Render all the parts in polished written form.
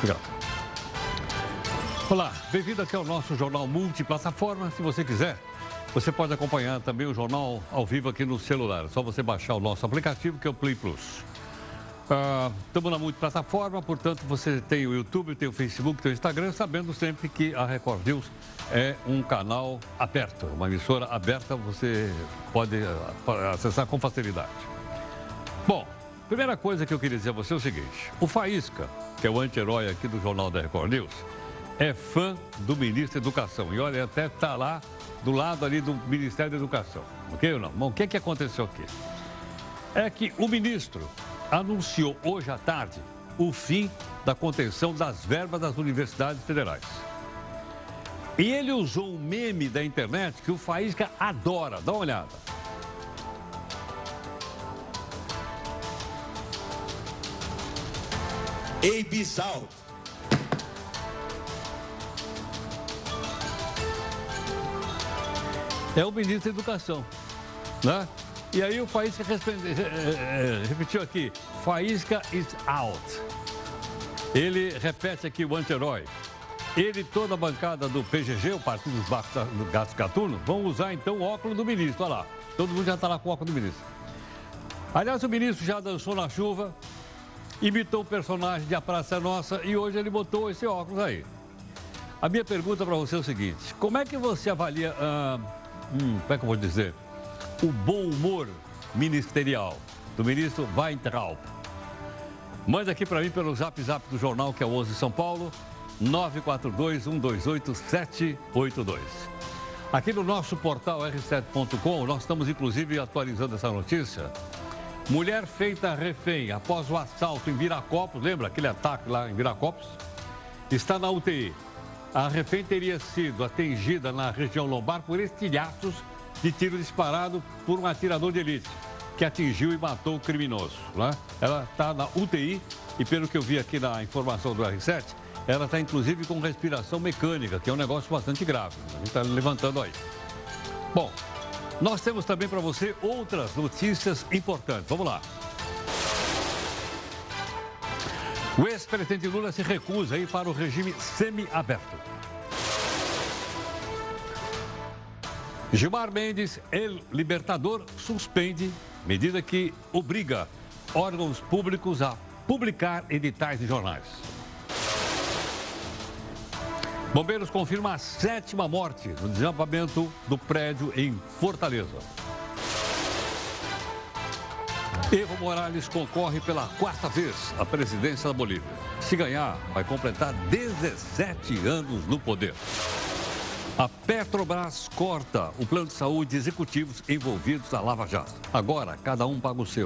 Obrigado. Olá, bem-vindo aqui ao nosso jornal multiplataforma. Se você quiser, você pode acompanhar também o jornal ao vivo aqui no celular. É só você baixar o nosso aplicativo, que é o Play Plus. Estamos na multiplataforma, portanto, você tem o YouTube, tem o Facebook, tem o Instagram, sabendo sempre que a Record News é um canal aberto, uma emissora aberta, você pode acessar com facilidade. Bom, primeira coisa que eu queria dizer a você é o seguinte: o Faísca, que é o anti-herói aqui do Jornal da Record News, é fã do ministro da Educação. E olha, até está lá do lado ali do Ministério da Educação. Ok ou não? Bom, o que aconteceu aqui? É que o ministro anunciou hoje à tarde o fim da contenção das verbas das universidades federais. E ele usou um meme da internet que o Faísca adora. Dá uma olhada. Ei, Bissau! É o ministro da Educação, né? E aí o Faísca repetiu aqui, Faísca is out. Ele repete aqui o anti-herói. Ele e toda a bancada do PGG, o Partido dos Gatos Gatunos, vão usar então o óculos do ministro. Olha lá, todo mundo já está lá com o óculos do ministro. Aliás, o ministro já dançou na chuva, imitou o personagem de A Praça é Nossa e hoje ele botou esse óculos aí. A minha pergunta para você é o seguinte: como é que você avalia, como é que eu vou dizer, o bom humor ministerial do ministro Weintraub? Manda aqui para mim pelo zap do jornal, que é o 11 São Paulo, 942-128-782. Aqui no nosso portal r7.com, nós estamos inclusive atualizando essa notícia. Mulher feita refém após o assalto em Viracopos, lembra aquele ataque lá em Viracopos? Está na UTI. A refém teria sido atingida na região lombar por estilhaços de tiro disparado por um atirador de elite, que atingiu e matou o criminoso, né? Ela está na UTI e, pelo que eu vi aqui na informação do R7, ela está inclusive com respiração mecânica, que é um negócio bastante grave. A gente está levantando aí. Bom, nós temos também para você outras notícias importantes. Vamos lá. O ex-presidente Lula se recusa a ir para o regime semiaberto. Gilmar Mendes, El Libertador, suspende medida que obriga órgãos públicos a publicar editais de jornais. Bombeiros confirmam a 7ª morte no desabamento do prédio em Fortaleza. Evo Morales concorre pela 4ª vez à presidência da Bolívia. Se ganhar, vai completar 17 anos no poder. A Petrobras corta o plano de saúde de executivos envolvidos na Lava Jato. Agora, cada um paga o seu.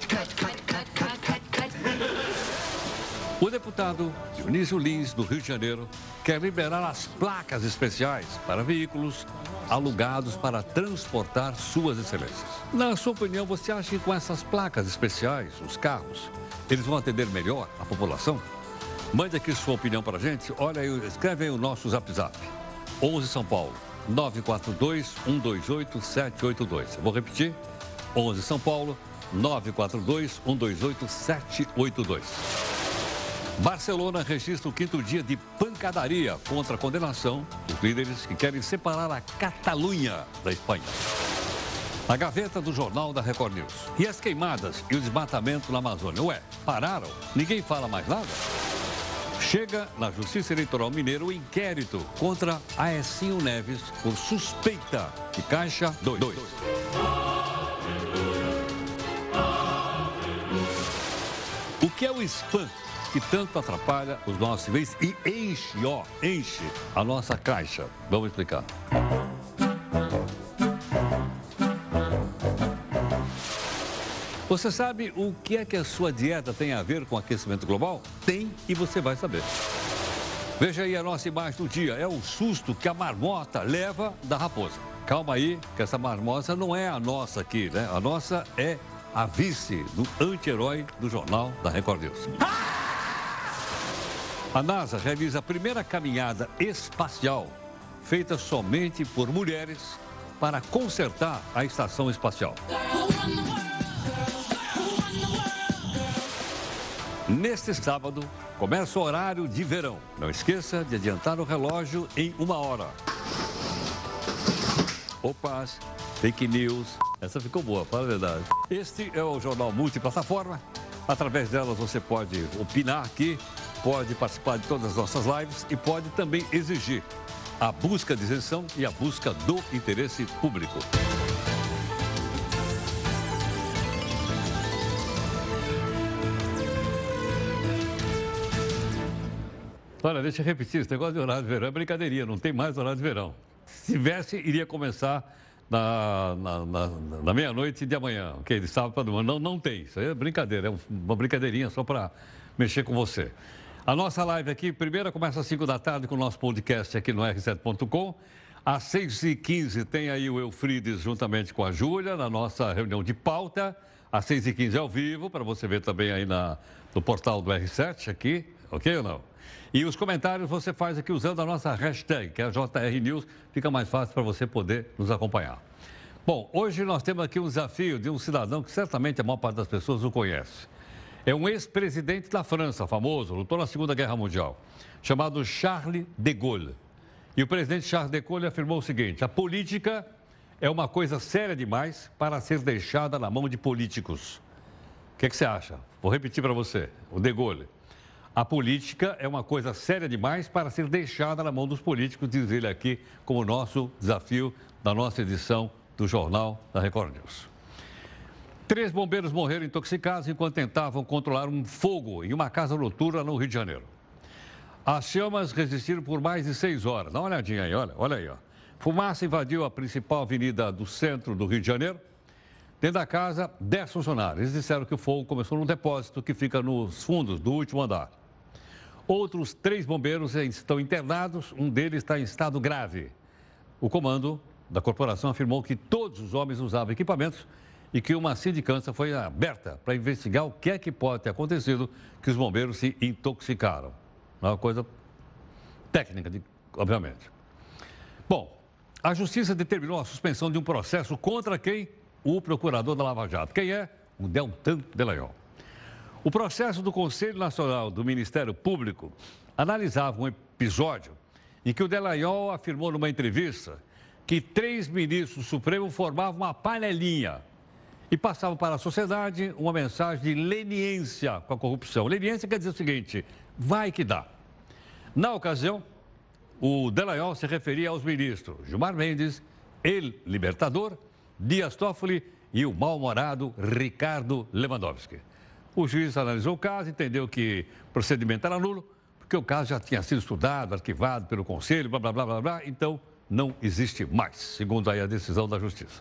O deputado Dionísio Lins, do Rio de Janeiro, quer liberar as placas especiais para veículos alugados para transportar suas excelências. Na sua opinião, você acha que com essas placas especiais, os carros, eles vão atender melhor a população? Mande aqui sua opinião para a gente. Olha aí, escreve aí o nosso Zap Zap. 11 São Paulo, 942-128-782. Vou repetir, 11 São Paulo, 942-128-782. Barcelona registra o 5º dia de pancadaria contra a condenação dos líderes que querem separar a Catalunha da Espanha. A gaveta do Jornal da Record News. E as queimadas e o desmatamento na Amazônia? Ué, pararam? Ninguém fala mais nada? Chega na Justiça Eleitoral Mineira o inquérito contra Aécio Neves por suspeita de Caixa 2. O que é o spam que tanto atrapalha os nossos e-mails e enche a nossa caixa? Vamos explicar. Você sabe o que é que a sua dieta tem a ver com aquecimento global? Tem, e você vai saber. Veja aí a nossa imagem do dia. É o susto que a marmota leva da raposa. Calma aí, que essa marmota não é a nossa aqui, né? A nossa é a vice do anti-herói do Jornal da Record News. A NASA realiza a primeira caminhada espacial feita somente por mulheres para consertar a estação espacial. Neste sábado, começa o horário de verão. Não esqueça de adiantar o relógio em 1 hora. Opa, fake news. Essa ficou boa, fala a verdade. Este é o Jornal Multiplataforma. Através delas você pode opinar aqui, pode participar de todas as nossas lives e pode também exigir a busca de isenção e a busca do interesse público. Olha, deixa eu repetir, esse negócio de horário de verão é brincadeirinha, não tem mais horário de verão. Se tivesse, iria começar na meia-noite de amanhã, ok? De sábado para domingo. Não tem, isso aí é brincadeira, é uma brincadeirinha só para mexer com você. A nossa live aqui, primeira, começa às 5 da tarde com o nosso podcast aqui no r7.com. Às 6h15 tem aí o Eufrides juntamente com a Júlia, na nossa reunião de pauta. Às 6h15 ao vivo, para você ver também aí no portal do R7 aqui, ok ou não? E os comentários você faz aqui usando a nossa hashtag, que é a JR News, fica mais fácil para você poder nos acompanhar. Bom, hoje nós temos aqui um desafio de um cidadão que certamente a maior parte das pessoas o conhece. É um ex-presidente da França, famoso, lutou na Segunda Guerra Mundial, chamado Charles de Gaulle. E o presidente Charles de Gaulle afirmou o seguinte: a política é uma coisa séria demais para ser deixada na mão de políticos. O que você acha? Vou repetir para você, o de Gaulle. A política é uma coisa séria demais para ser deixada na mão dos políticos, diz ele aqui, como nosso desafio da nossa edição do Jornal da Record News. 3 bombeiros morreram intoxicados enquanto tentavam controlar um fogo em uma casa noturna no Rio de Janeiro. As chamas resistiram por mais de 6 horas. Dá uma olhadinha aí, olha aí. Ó. Fumaça invadiu a principal avenida do centro do Rio de Janeiro. Dentro da casa, 10 funcionários. Eles disseram que o fogo começou num depósito que fica nos fundos do último andar. Outros 3 bombeiros estão internados, um deles está em estado grave. O comando da corporação afirmou que todos os homens usavam equipamentos e que uma sindicância foi aberta para investigar o que é que pode ter acontecido que os bombeiros se intoxicaram. É uma coisa técnica, obviamente. Bom, a Justiça determinou a suspensão de um processo contra quem? O procurador da Lava Jato. Quem é? O Deltan Dallagnol. O processo do Conselho Nacional do Ministério Público analisava um episódio em que o Dallagnol afirmou numa entrevista que 3 ministros do Supremo formavam uma panelinha e passavam para a sociedade uma mensagem de leniência com a corrupção. Leniência quer dizer o seguinte: vai que dá. Na ocasião, o Dallagnol se referia aos ministros Gilmar Mendes, El Libertador, Dias Toffoli e o mal-humorado Ricardo Lewandowski. O juiz analisou o caso, entendeu que o procedimento era nulo, porque o caso já tinha sido estudado, arquivado pelo Conselho, blá, blá, blá, blá, blá, então não existe mais, segundo aí a decisão da Justiça.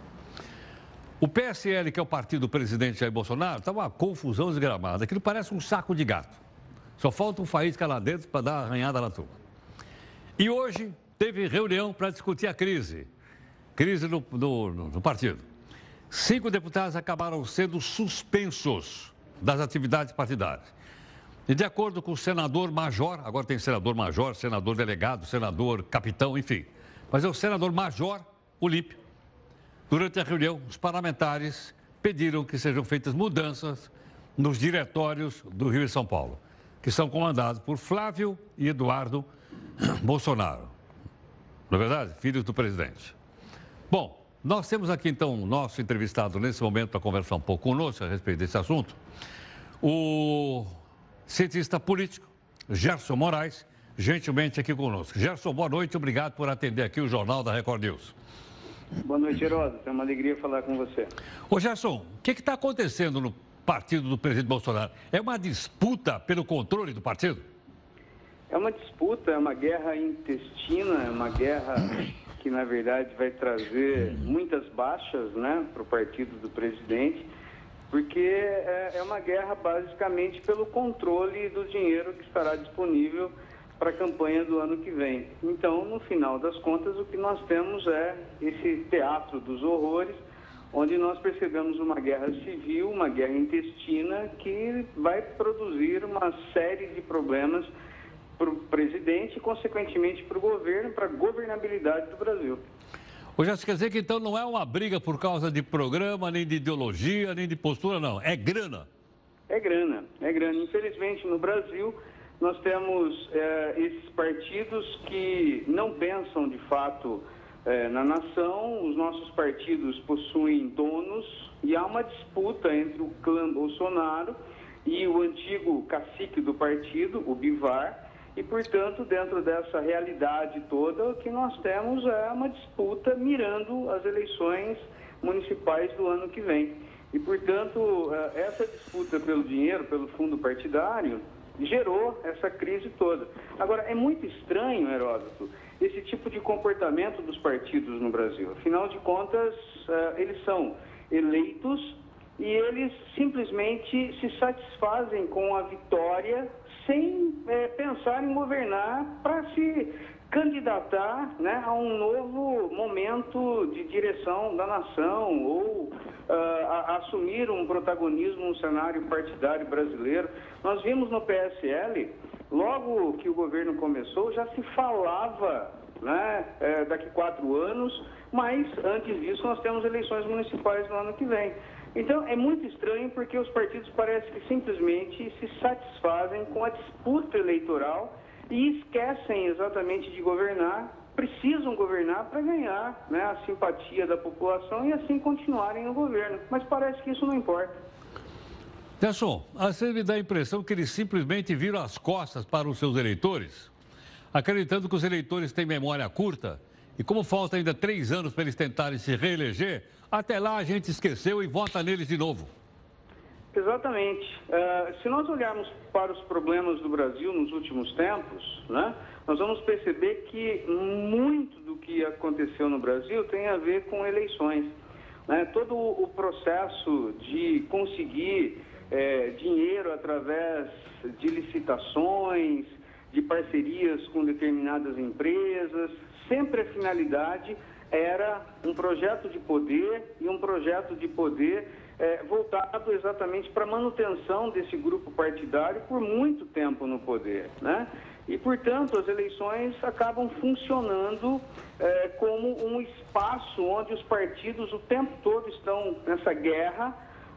O PSL, que é o partido do presidente Jair Bolsonaro, está uma confusão desgramada. Aquilo parece um saco de gato. Só falta um faísca lá dentro para dar arranhada na turma. E hoje teve reunião para discutir a crise. Crise no partido. 5 deputados acabaram sendo suspensos das atividades partidárias. E de acordo com o senador major, agora tem senador major, senador delegado, senador capitão, enfim. Mas é o senador major, Olímpio. Durante a reunião, os parlamentares pediram que sejam feitas mudanças nos diretórios do Rio e São Paulo, que são comandados por Flávio e Eduardo Bolsonaro. Não é verdade? Filhos do presidente. Bom, nós temos aqui, então, o nosso entrevistado nesse momento para conversar um pouco conosco a respeito desse assunto, o cientista político Gerson Moraes, gentilmente aqui conosco. Gerson, boa noite, obrigado por atender aqui o Jornal da Record News. Boa noite, Heródoto. É uma alegria falar com você. Ô, Gerson, o que está acontecendo no partido do presidente Bolsonaro? É uma disputa pelo controle do partido? É uma disputa, é uma guerra intestina, é uma guerra que, na verdade, vai trazer muitas baixas, né, para o partido do presidente, porque é uma guerra basicamente pelo controle do dinheiro que estará disponível para a campanha do ano que vem. Então, no final das contas, o que nós temos é esse teatro dos horrores, onde nós percebemos uma guerra civil, uma guerra intestina, que vai produzir uma série de problemas para o presidente e, consequentemente, para o governo, para a governabilidade do Brasil. Ô, Gerson, quer dizer que então não é uma briga por causa de programa, nem de ideologia, nem de postura, não. É grana. é grana, é grana. Infelizmente, no Brasil, nós temos esses partidos que não pensam, de fato, na nação. Os nossos partidos possuem donos e há uma disputa entre o clã Bolsonaro e o antigo cacique do partido, o Bivar, e, portanto, dentro dessa realidade toda, o que nós temos é uma disputa mirando as eleições municipais do ano que vem. E, portanto, essa disputa pelo dinheiro, pelo fundo partidário, gerou essa crise toda. Agora, é muito estranho, Heródoto, esse tipo de comportamento dos partidos no Brasil. Afinal de contas, eles são eleitos e eles simplesmente se satisfazem com a vitória sem pensar em governar para se candidatar, né, a um novo momento de direção da nação ou a assumir um protagonismo no cenário partidário brasileiro. Nós vimos no PSL, logo que o governo começou, já se falava, né, daqui 4 anos, mas antes disso nós temos eleições municipais no ano que vem. Então, é muito estranho porque os partidos parecem que simplesmente se satisfazem com a disputa eleitoral e esquecem exatamente de governar, precisam governar para ganhar, né, a simpatia da população e assim continuarem no governo. Mas parece que isso não importa. Gerson, você me dá a impressão que eles simplesmente viram as costas para os seus eleitores, acreditando que os eleitores têm memória curta e como falta ainda 3 anos para eles tentarem se reeleger, até lá a gente esqueceu e vota neles de novo. Exatamente. Se nós olharmos para os problemas do Brasil nos últimos tempos, né, nós vamos perceber que muito do que aconteceu no Brasil tem a ver com eleições. Né? Todo o processo de conseguir dinheiro através de licitações, de parcerias com determinadas empresas, sempre a finalidade era um projeto de poder e um projeto de poder voltado exatamente para a manutenção desse grupo partidário por muito tempo no poder, né? E, portanto, as eleições acabam funcionando como um espaço onde os partidos o tempo todo estão nessa guerra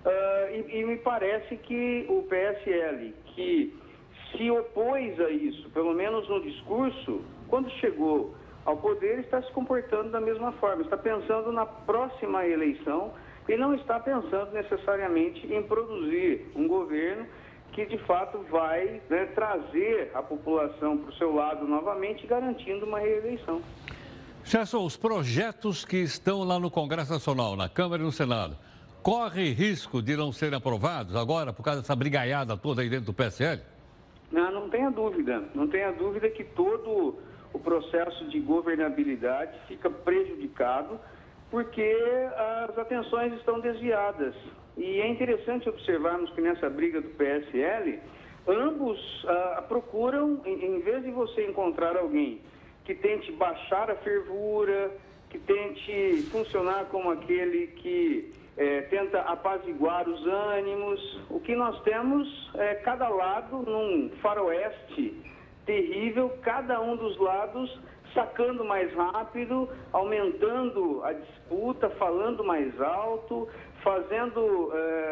e me parece que o PSL, que se opôs a isso, pelo menos no discurso, quando chegou ao poder, está se comportando da mesma forma, está pensando na próxima eleição e não está pensando necessariamente em produzir um governo que, de fato, vai, né, trazer a população para o seu lado novamente, garantindo uma reeleição. Gerson, os projetos que estão lá no Congresso Nacional, na Câmara e no Senado, correm risco de não serem aprovados agora por causa dessa brigaiada toda aí dentro do PSL? Não tenha dúvida. Não tenha dúvida que todo o processo de governabilidade fica prejudicado porque as atenções estão desviadas. E é interessante observarmos que nessa briga do PSL, ambos procuram, em vez de você encontrar alguém que tente baixar a fervura, que tente funcionar como aquele que tenta apaziguar os ânimos, o que nós temos é cada lado num faroeste terrível, cada um dos lados sacando mais rápido, aumentando a disputa, falando mais alto, fazendo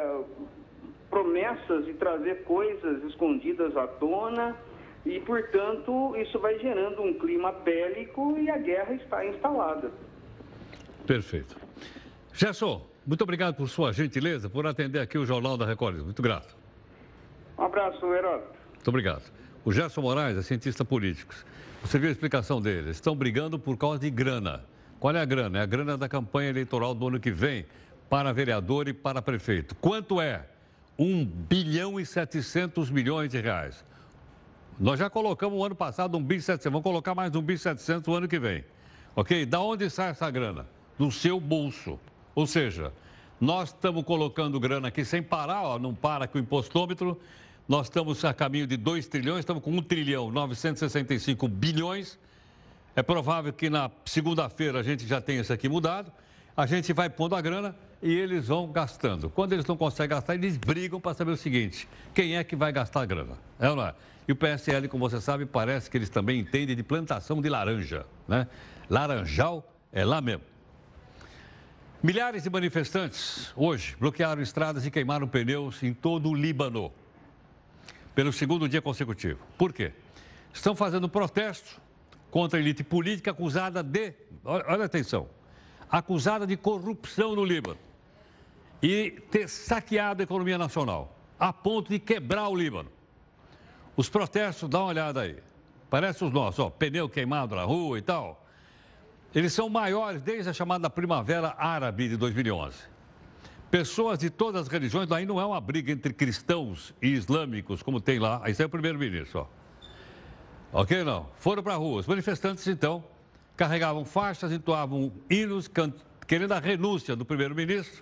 promessas de trazer coisas escondidas à tona e, portanto, isso vai gerando um clima bélico e a guerra está instalada. Perfeito. Gerson, muito obrigado por sua gentileza, por atender aqui o Jornal da Record. Muito grato. Um abraço, Heródoto. Muito obrigado. O Gerson Moraes é cientista político. Você viu a explicação dele. Eles estão brigando por causa de grana. Qual é a grana? É a grana da campanha eleitoral do ano que vem para vereador e para prefeito. Quanto é? 1 bilhão e 700 milhões de reais. Nós já colocamos o ano passado 1 bilhão e 700. Vamos colocar mais 1 bilhão e 700 o ano que vem. Ok? Da onde sai essa grana? Do seu bolso. Ou seja, nós estamos colocando grana aqui sem parar, ó, não para com o impostômetro. Nós estamos a caminho de 2 trilhões, estamos com 1 trilhão 965 bilhões. É provável que na segunda-feira a gente já tenha isso aqui mudado. A gente vai pondo a grana e eles vão gastando. Quando eles não conseguem gastar, eles brigam para saber o seguinte: quem é que vai gastar a grana? É ou não é? E o PSL, como você sabe, parece que eles também entendem de plantação de laranja, né? Laranjal é lá mesmo. Milhares de manifestantes hoje bloquearam estradas e queimaram pneus em todo o Líbano pelo segundo dia consecutivo. Por quê? Estão fazendo protesto contra a elite política acusada de, olha atenção, acusada de corrupção no Líbano e ter saqueado a economia nacional, a ponto de quebrar o Líbano. Os protestos, dá uma olhada aí, parece os nossos, ó, pneu queimado na rua e tal. Eles são maiores desde a chamada Primavera Árabe de 2011. Pessoas de todas as religiões, aí não é uma briga entre cristãos e islâmicos, como tem lá, aí é o primeiro-ministro, ó. Ok, não? Foram para a rua. Os manifestantes, então, carregavam faixas, entoavam hinos, querendo a renúncia do primeiro-ministro,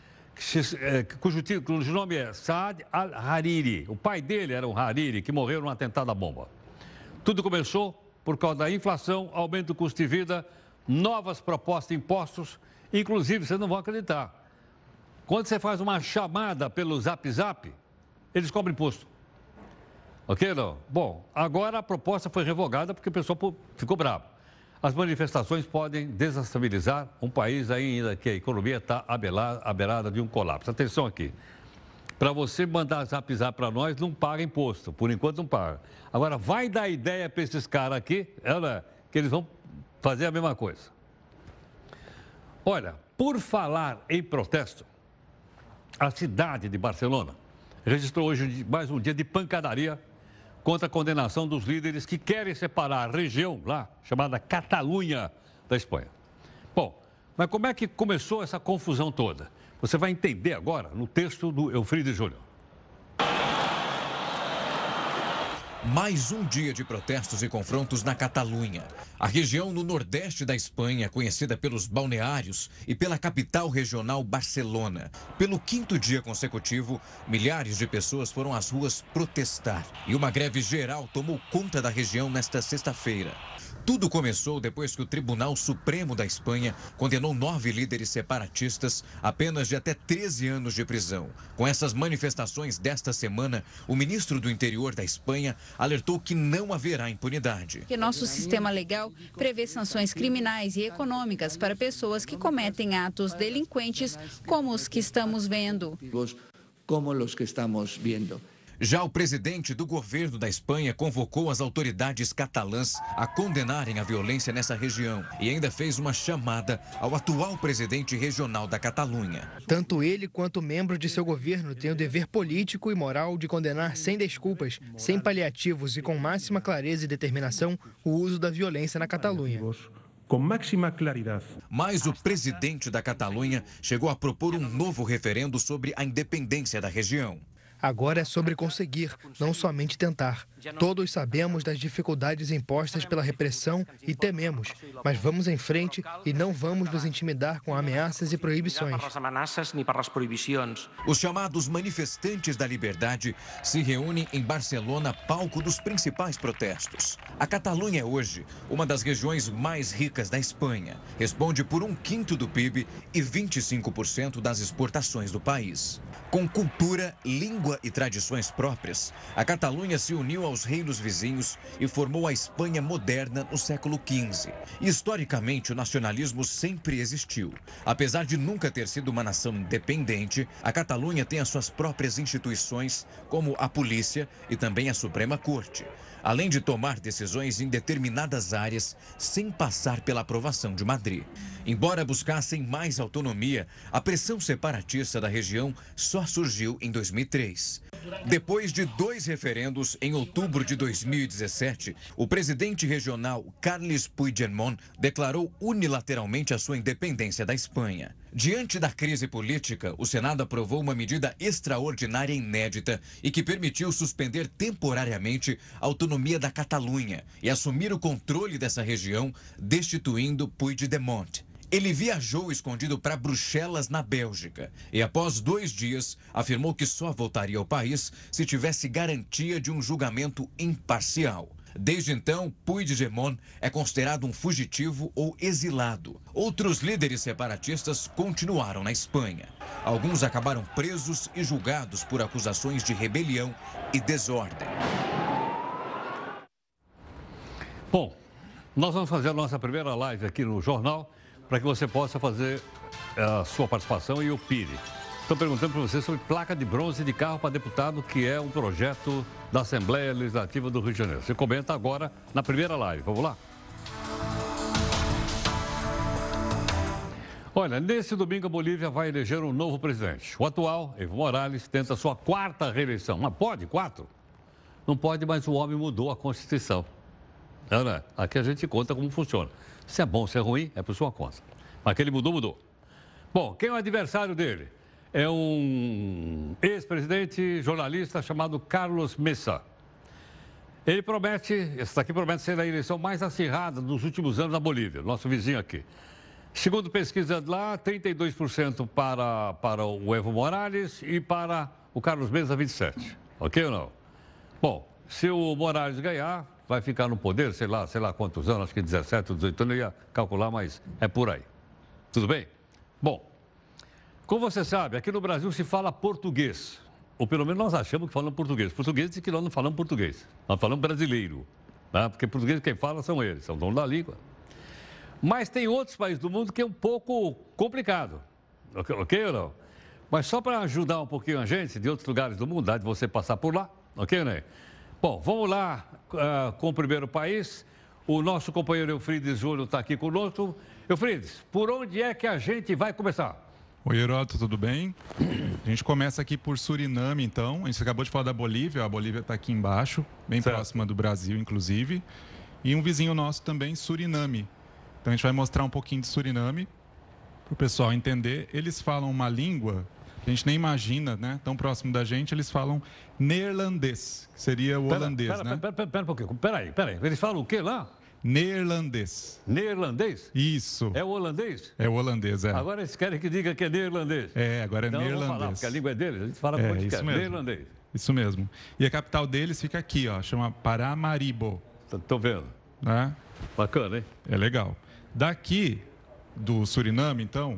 cujo nome é Saad al-Hariri. O pai dele era um Hariri, que morreu num atentado à bomba. Tudo começou por causa da inflação, aumento do custo de vida, novas propostas de impostos, inclusive, vocês não vão acreditar, quando você faz uma chamada pelo Zap Zap, eles cobram imposto. Ok, não? Bom, agora a proposta foi revogada porque o pessoal ficou bravo. As manifestações podem desestabilizar um país ainda que a economia está à beirada de um colapso. Atenção aqui. Para você mandar Zap Zap para nós, não paga imposto. Por enquanto não paga. Agora, vai dar ideia para esses caras aqui, que eles vão fazer a mesma coisa. Olha, por falar em protesto, a cidade de Barcelona registrou hoje mais um dia de pancadaria contra a condenação dos líderes que querem separar a região lá, chamada Catalunha, da Espanha. Bom, mas como é que começou essa confusão toda? Você vai entender agora no texto do Eufrides Júnior. Mais um dia de protestos e confrontos na Catalunha. A região no nordeste da Espanha, conhecida pelos balneários e pela capital regional Barcelona. Pelo quinto dia consecutivo, milhares de pessoas foram às ruas protestar. E uma greve geral tomou conta da região nesta sexta-feira. Tudo começou depois que o Tribunal Supremo da Espanha condenou 9 líderes separatistas a penas de até 13 anos de prisão. Com essas manifestações desta semana, o ministro do Interior da Espanha alertou que não haverá impunidade. Que nosso sistema legal prevê sanções criminais e econômicas para pessoas que cometem atos delinquentes como os que estamos vendo. Já o presidente do governo da Espanha convocou as autoridades catalãs a condenarem a violência nessa região e ainda fez uma chamada ao atual presidente regional da Catalunha. Tanto ele quanto membros de seu governo têm o dever político e moral de condenar sem desculpas, sem paliativos e com máxima clareza e determinação o uso da violência na Catalunha. Com máxima claridade. Mas o presidente da Catalunha chegou a propor um novo referendo sobre a independência da região. Agora é sobre conseguir, não somente tentar. Todos sabemos das dificuldades impostas pela repressão e tememos, mas vamos em frente e não vamos nos intimidar com ameaças e proibições. Os chamados manifestantes da liberdade se reúnem em Barcelona, palco dos principais protestos. A Catalunha é hoje uma das regiões mais ricas da Espanha. Responde por 1/5 do PIB e 25% das exportações do país. Com cultura, língua e tradições próprias, a Catalunha se uniu aos reinos vizinhos e formou a Espanha moderna no século XV. Historicamente, o nacionalismo sempre existiu. Apesar de nunca ter sido uma nação independente, a Catalunha tem as suas próprias instituições, como a polícia e também a Suprema Corte, além de tomar decisões em determinadas áreas sem passar pela aprovação de Madrid. Embora buscassem mais autonomia, a pressão separatista da região só surgiu em 2003. Depois de 2 referendos em outubro de 2017, o presidente regional Carles Puigdemont declarou unilateralmente a sua independência da Espanha. Diante da crise política, o Senado aprovou uma medida extraordinária inédita e que permitiu suspender temporariamente a autonomia da Catalunha e assumir o controle dessa região, destituindo Puigdemont. Ele viajou escondido para Bruxelas, na Bélgica, e após 2 dias afirmou que só voltaria ao país se tivesse garantia de um julgamento imparcial. Desde então, Puigdemont é considerado um fugitivo ou exilado. Outros líderes separatistas continuaram na Espanha. Alguns acabaram presos e julgados por acusações de rebelião e desordem. Bom, nós vamos fazer a nossa primeira live aqui no jornal para que você possa fazer a sua participação e opine. Estou perguntando para você sobre placa de bronze de carro para deputado, que é um projeto da Assembleia Legislativa do Rio de Janeiro. Você comenta agora na primeira live. Vamos lá? Olha, nesse domingo a Bolívia vai eleger um novo presidente. O atual, Evo Morales, tenta sua 4ª reeleição. Mas pode? 4? Não pode, mas o homem mudou a Constituição. Não é? Aqui a gente conta como funciona. Se é bom, se é ruim, é por sua conta. Mas que ele mudou, mudou. Bom, quem é o adversário dele? É um ex-presidente jornalista chamado Carlos Mesa. Ele promete, esse daqui promete ser a eleição mais acirrada dos últimos anos na Bolívia, nosso vizinho aqui. Segundo pesquisa lá, 32% para o Evo Morales e para o Carlos Mesa, 27%. Ok ou não? Bom, se o Morales ganhar, vai ficar no poder, sei lá quantos anos, acho que 17 ou 18 anos, eu ia calcular, mas é por aí. Tudo bem? Bom, como você sabe, aqui no Brasil se fala português. Ou pelo menos nós achamos que falamos português. Português diz que nós não falamos português. Nós falamos brasileiro. Né? Porque português quem fala são eles, são donos da língua. Mas tem outros países do mundo que é um pouco complicado. Ok ou não? Mas só para ajudar um pouquinho a gente de outros lugares do mundo, dá de você passar por lá. Ok, né? Bom, vamos lá com o primeiro país. O nosso companheiro Eufrides Júnior está aqui conosco. Eufrides, por onde é que a gente vai começar? Oi, Heródoto, tudo bem? A gente começa aqui por Suriname, então. A gente acabou de falar da Bolívia. A Bolívia está aqui embaixo, bem próxima do Brasil, inclusive. E um vizinho nosso também, Suriname. Então, a gente vai mostrar um pouquinho de Suriname para o pessoal entender. Eles falam uma língua que a gente nem imagina, né? Tão próximo da gente, eles falam neerlandês, que seria o holandês, né? Pera um pouquinho. Peraí. Eles falam o quê lá? Neerlandês. Neerlandês? Isso. É o holandês? É o holandês, é. Agora eles querem que diga que é neerlandês. É, agora é então, neerlandês. Vamos falar, porque a língua é deles, a gente fala como a gente quer. Neerlandês. Isso mesmo. E a capital deles fica aqui, ó, chama Paramaribo. Tô vendo. Né? Bacana, hein? É legal. Daqui do Suriname, então,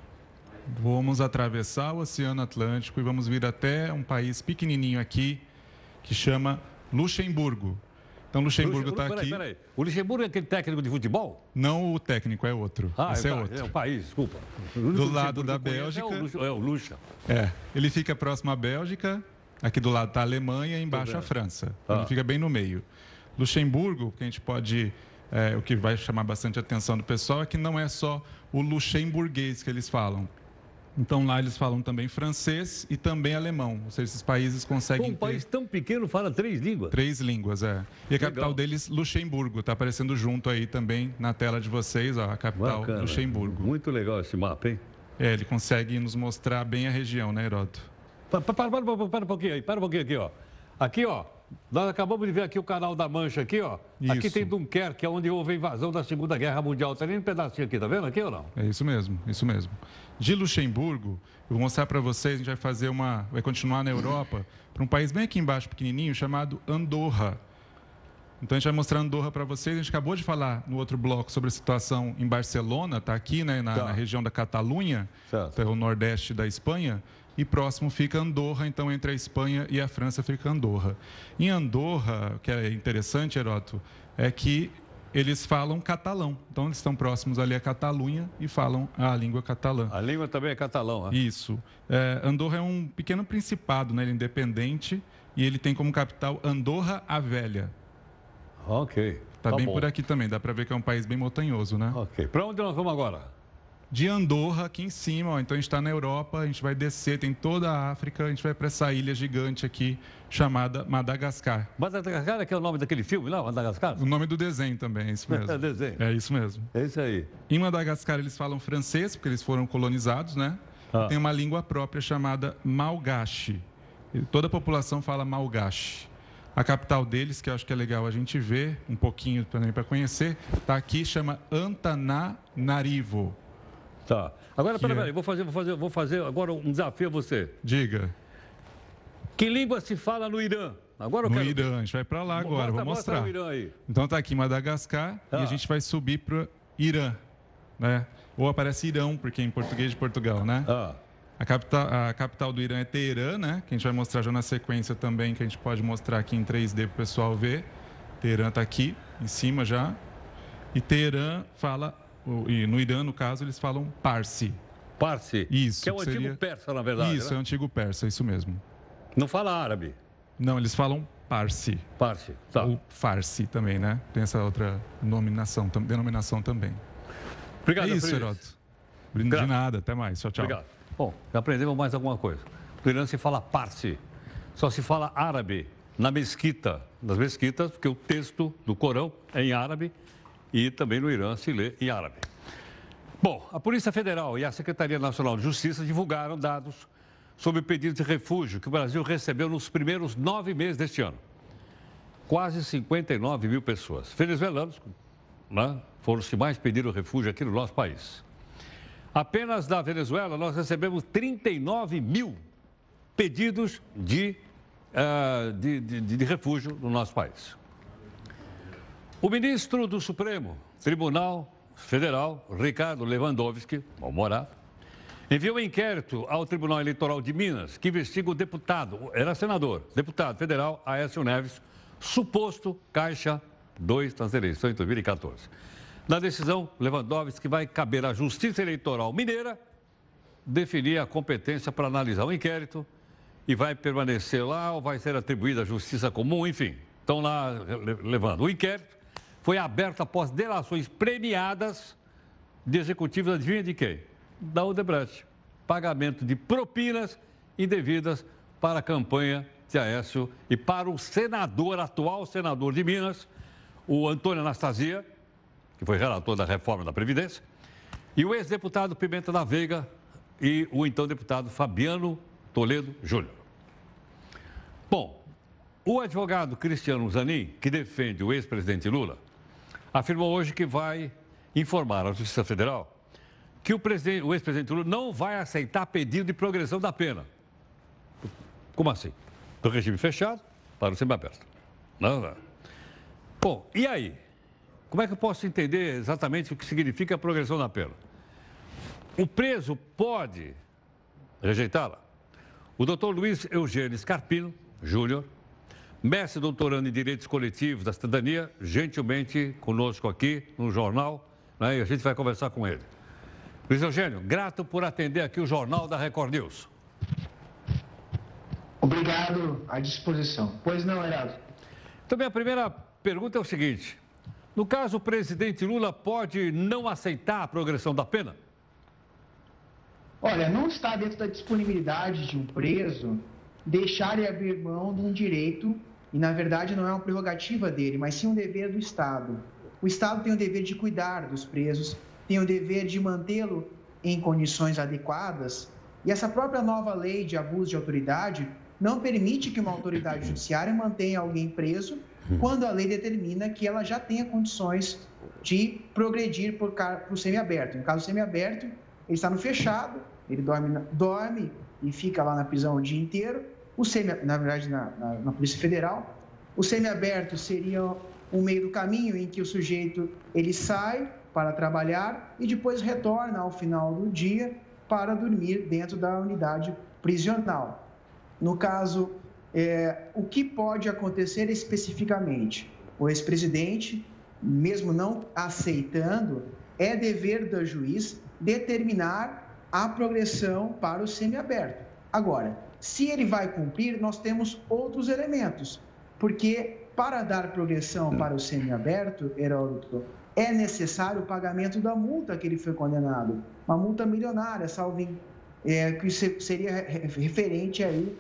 vamos atravessar o Oceano Atlântico e vamos vir até um país pequenininho aqui que chama Luxemburgo. Então, Luxemburgo está aqui. Peraí. O Luxemburgo é aquele técnico de futebol? Não, o técnico é outro. Esse é outro. É o país, desculpa. Do lado da Bélgica. É o Luxa. É, ele fica próximo à Bélgica. Aqui do lado está a Alemanha e embaixo a França. Então, ele fica bem no meio. Luxemburgo, que a gente pode... o que vai chamar bastante a atenção do pessoal é que não é só o luxemburguês que eles falam. Então, lá eles falam também francês e também alemão. Ou seja, esses países conseguem um país tão pequeno fala 3 línguas? 3 línguas, é. E a capital deles, Luxemburgo. Está aparecendo junto aí também na tela de vocês, ó, a capital, bacana, Luxemburgo. Muito legal esse mapa, hein? Ele consegue nos mostrar bem a região, né, Heródoto? Para um pouquinho aqui, ó. Aqui, ó. Nós acabamos de ver aqui o Canal da Mancha, aqui, ó. Isso. Aqui tem Dunkerque, onde houve a invasão da Segunda Guerra Mundial. Tá nem um pedacinho aqui, tá vendo aqui ou não? É isso mesmo, isso mesmo. De Luxemburgo, eu vou mostrar para vocês, a gente vai fazer vai continuar na Europa, para um país bem aqui embaixo, pequenininho, chamado Andorra. Então, a gente vai mostrar Andorra para vocês. A gente acabou de falar no outro bloco sobre a situação em Barcelona, tá aqui, né, na região da Catalunha, que é o nordeste da Espanha. E próximo fica Andorra, então entre a Espanha e a França fica Andorra. Em Andorra, o que é interessante, Heródoto, é que eles falam catalão. Então eles estão próximos ali à Catalunha e falam a língua catalã. A língua também é catalão, né? Isso. Andorra é um pequeno principado, né? Ele é independente e ele tem como capital Andorra a Velha. Ok. Tá bem bom. Por aqui também, dá para ver que é um país bem montanhoso, né? Ok. Para onde nós vamos agora? De Andorra, aqui em cima, ó. Então a gente está na Europa, a gente vai descer, tem toda a África, a gente vai para essa ilha gigante aqui, chamada Madagascar. Madagascar é que é o nome daquele filme lá, Madagascar? O nome do desenho também, é isso mesmo. É desenho. É isso mesmo. É isso aí. Em Madagascar eles falam francês, porque eles foram colonizados, né? Tem uma língua própria chamada Malgache. Toda a população fala Malgache. A capital deles, que eu acho que é legal a gente ver um pouquinho também para conhecer, está aqui, chama Antananarivo. Tá. Agora, peraí, vou fazer agora um desafio a você. Diga. Que língua se fala no Irã? Agora no Irã, a gente vai para lá agora, vou mostrar. O Irã aí. Então tá aqui Madagascar e a gente vai subir para Irã, né? Ou aparece Irão, porque é em português de Portugal, né? A capital do Irã é Teherã, né? Que a gente vai mostrar já na sequência também, que a gente pode mostrar aqui em 3D para o pessoal ver. Teherã tá aqui, em cima já. E Teherã fala e no Irã, no caso, eles falam Parsi. Parsi? Isso. Que é o antigo persa, na verdade. Isso, né? é o antigo persa, isso mesmo. Não fala árabe? Não, eles falam Parsi. Parsi, tá. Ou Farsi também, né? Tem essa outra denominação também. Obrigado, é isso, Heródoto. De nada, até mais. Tchau, tchau. Obrigado. Bom, já aprendemos mais alguma coisa. No Irã se fala Parsi, só se fala árabe na mesquita, nas mesquitas, porque o texto do Corão é em árabe e também no Irã se lê em árabe. Bom, a Polícia Federal e a Secretaria Nacional de Justiça divulgaram dados sobre o pedido de refúgio que o Brasil recebeu nos primeiros 9 meses deste ano. Quase 59 mil pessoas. Venezuelanos, né, foram os que mais pediram refúgio aqui no nosso país. Apenas da Venezuela, nós recebemos 39 mil pedidos de refúgio no nosso país. O ministro do Supremo Tribunal Federal, Ricardo Lewandowski, mal-humorado, enviou um inquérito ao Tribunal Eleitoral de Minas, que investiga o deputado, era senador, deputado federal Aécio Neves, suposto Caixa 2 nas eleições de 2014. Na decisão, Lewandowski vai caber à Justiça Eleitoral Mineira definir a competência para analisar o inquérito e vai permanecer lá ou vai ser atribuída à Justiça Comum, enfim, estão lá levando. O inquérito foi aberto após delações premiadas de executivos, adivinha de quem? Da Odebrecht. Pagamento de propinas indevidas para a campanha de Aécio e para o senador, atual senador de Minas, o Antônio Anastasia, que foi relator da reforma da Previdência, e o ex-deputado Pimenta da Veiga e o então deputado Fabiano Toledo Júnior. Bom, o advogado Cristiano Zanin, que defende o ex-presidente Lula, afirmou hoje que vai informar à Justiça Federal que o ex-presidente Lula não vai aceitar pedido de progressão da pena. Como assim? Do regime fechado para o semiaberto. Não. Bom, e aí? Como é que eu posso entender exatamente o que significa a progressão da pena? O preso pode rejeitá-la. O doutor Luiz Eugênio Scarpino Júnior, mestre doutorando em Direitos Coletivos da Cidadania, gentilmente conosco aqui no jornal, né, e a gente vai conversar com ele. Luiz Eugênio, grato por atender aqui o Jornal da Record News. Obrigado, à disposição. Pois não, Heraldo? Então, minha primeira pergunta é o seguinte: no caso, o presidente Lula pode não aceitar a progressão da pena? Olha, não está dentro da disponibilidade de um preso deixar e abrir mão de um direito, e na verdade não é uma prerrogativa dele, mas sim um dever do Estado. O Estado tem o dever de cuidar dos presos, tem o dever de mantê-lo em condições adequadas, e essa própria nova lei de abuso de autoridade não permite que uma autoridade judiciária mantenha alguém preso quando a lei determina que ela já tenha condições de progredir para o semiaberto. No caso semiaberto, ele está no fechado, ele dorme e fica lá na prisão o dia inteiro. Na verdade, na Polícia Federal. O semiaberto seria um meio do caminho em que o sujeito ele sai para trabalhar e depois retorna ao final do dia para dormir dentro da unidade prisional. No caso, o que pode acontecer especificamente? O ex-presidente, mesmo não aceitando, é dever do juiz determinar a progressão para o semiaberto. Agora, se ele vai cumprir, nós temos outros elementos, porque para dar progressão para o semiaberto, Heródoto, é necessário o pagamento da multa que ele foi condenado, uma multa milionária, que seria referente aí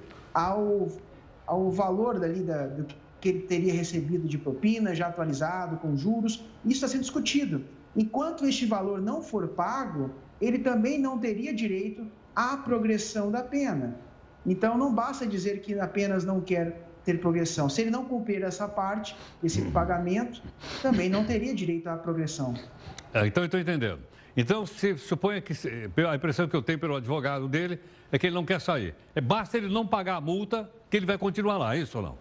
ao valor do que ele teria recebido de propina, já atualizado, com juros. Isso está sendo discutido. Enquanto este valor não for pago, ele também não teria direito à progressão da pena. Então, não basta dizer que apenas não quer ter progressão. Se ele não cumprir essa parte, esse pagamento, também não teria direito à progressão. Então, eu estou entendendo. Então, se suponha que a impressão que eu tenho pelo advogado dele é que ele não quer sair. Basta ele não pagar a multa que ele vai continuar lá, é isso ou não?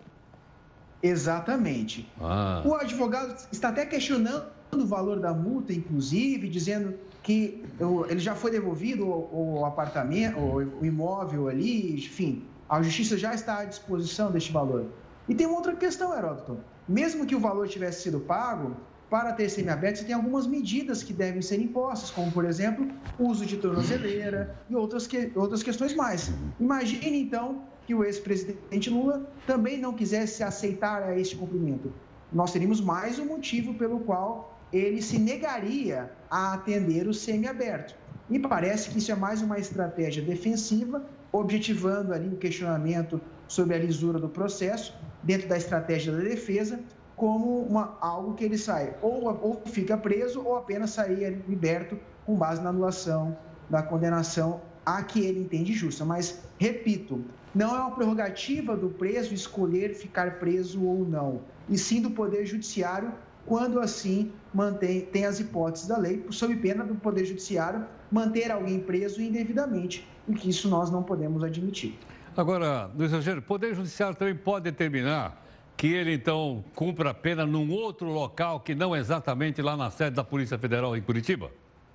Exatamente. O advogado está até questionando o valor da multa, inclusive, dizendo que ele já foi devolvido o apartamento, o imóvel ali, enfim, a justiça já está à disposição deste valor. E tem uma outra questão, Heródoto. Mesmo que o valor tivesse sido pago, para ter semiaberto, você tem algumas medidas que devem ser impostas, como, por exemplo, o uso de tornozeleira e outras questões mais. Imagine, então, que o ex-presidente Lula também não quisesse aceitar a este cumprimento. Nós teríamos mais um motivo pelo qual ele se negaria a atender o semiaberto. Me parece que isso é mais uma estratégia defensiva, objetivando ali o questionamento sobre a lisura do processo, dentro da estratégia da defesa, como algo que ele sai ou fica preso ou apenas sair liberto com base na anulação da condenação a que ele entende justa. Mas, repito, não é uma prerrogativa do preso escolher ficar preso ou não, e sim do Poder Judiciário, quando assim tem as hipóteses da lei, sob pena do Poder Judiciário manter alguém preso indevidamente, e que isso nós não podemos admitir. Agora, Luiz Eugênio, o Poder Judiciário também pode determinar que ele, então, cumpra a pena num outro local que não exatamente lá na sede da Polícia Federal em Curitiba?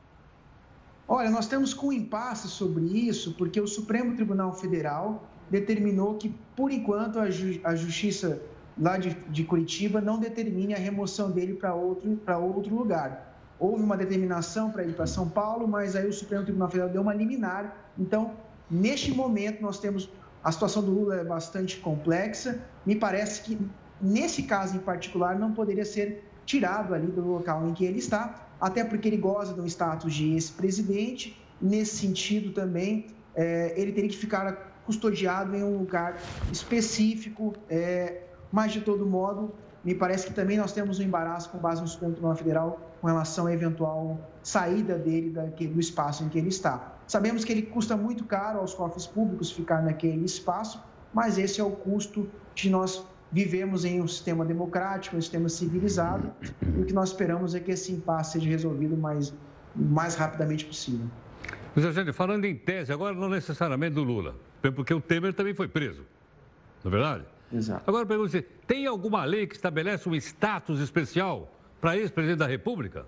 Olha, nós temos com impasse sobre isso, porque o Supremo Tribunal Federal determinou que, por enquanto, a Justiça lá de Curitiba não determine a remoção dele para outro lugar. Houve uma determinação para ir para São Paulo, mas aí o Supremo Tribunal Federal deu uma liminar. Então, neste momento, nós temos... A situação do Lula é bastante complexa. Me parece que, nesse caso em particular, não poderia ser tirado ali do local em que ele está, até porque ele goza de um status de ex-presidente. Nesse sentido, também, ele teria que ficar custodiado em um lugar específico, mas, de todo modo, me parece que também nós temos um embaraço com base no Supremo Tribunal Federal com relação à eventual saída dele do espaço em que ele está. Sabemos que ele custa muito caro aos cofres públicos ficar naquele espaço, mas esse é o custo de nós vivemos em um sistema democrático, um sistema civilizado, e o que nós esperamos é que esse impasse seja resolvido o mais rapidamente possível. Luiz Eugênio, falando em tese, agora não necessariamente do Lula, porque o Temer também foi preso, não é verdade? Exato. Agora, pergunto você, tem alguma lei que estabelece um status especial para ex-presidente da República?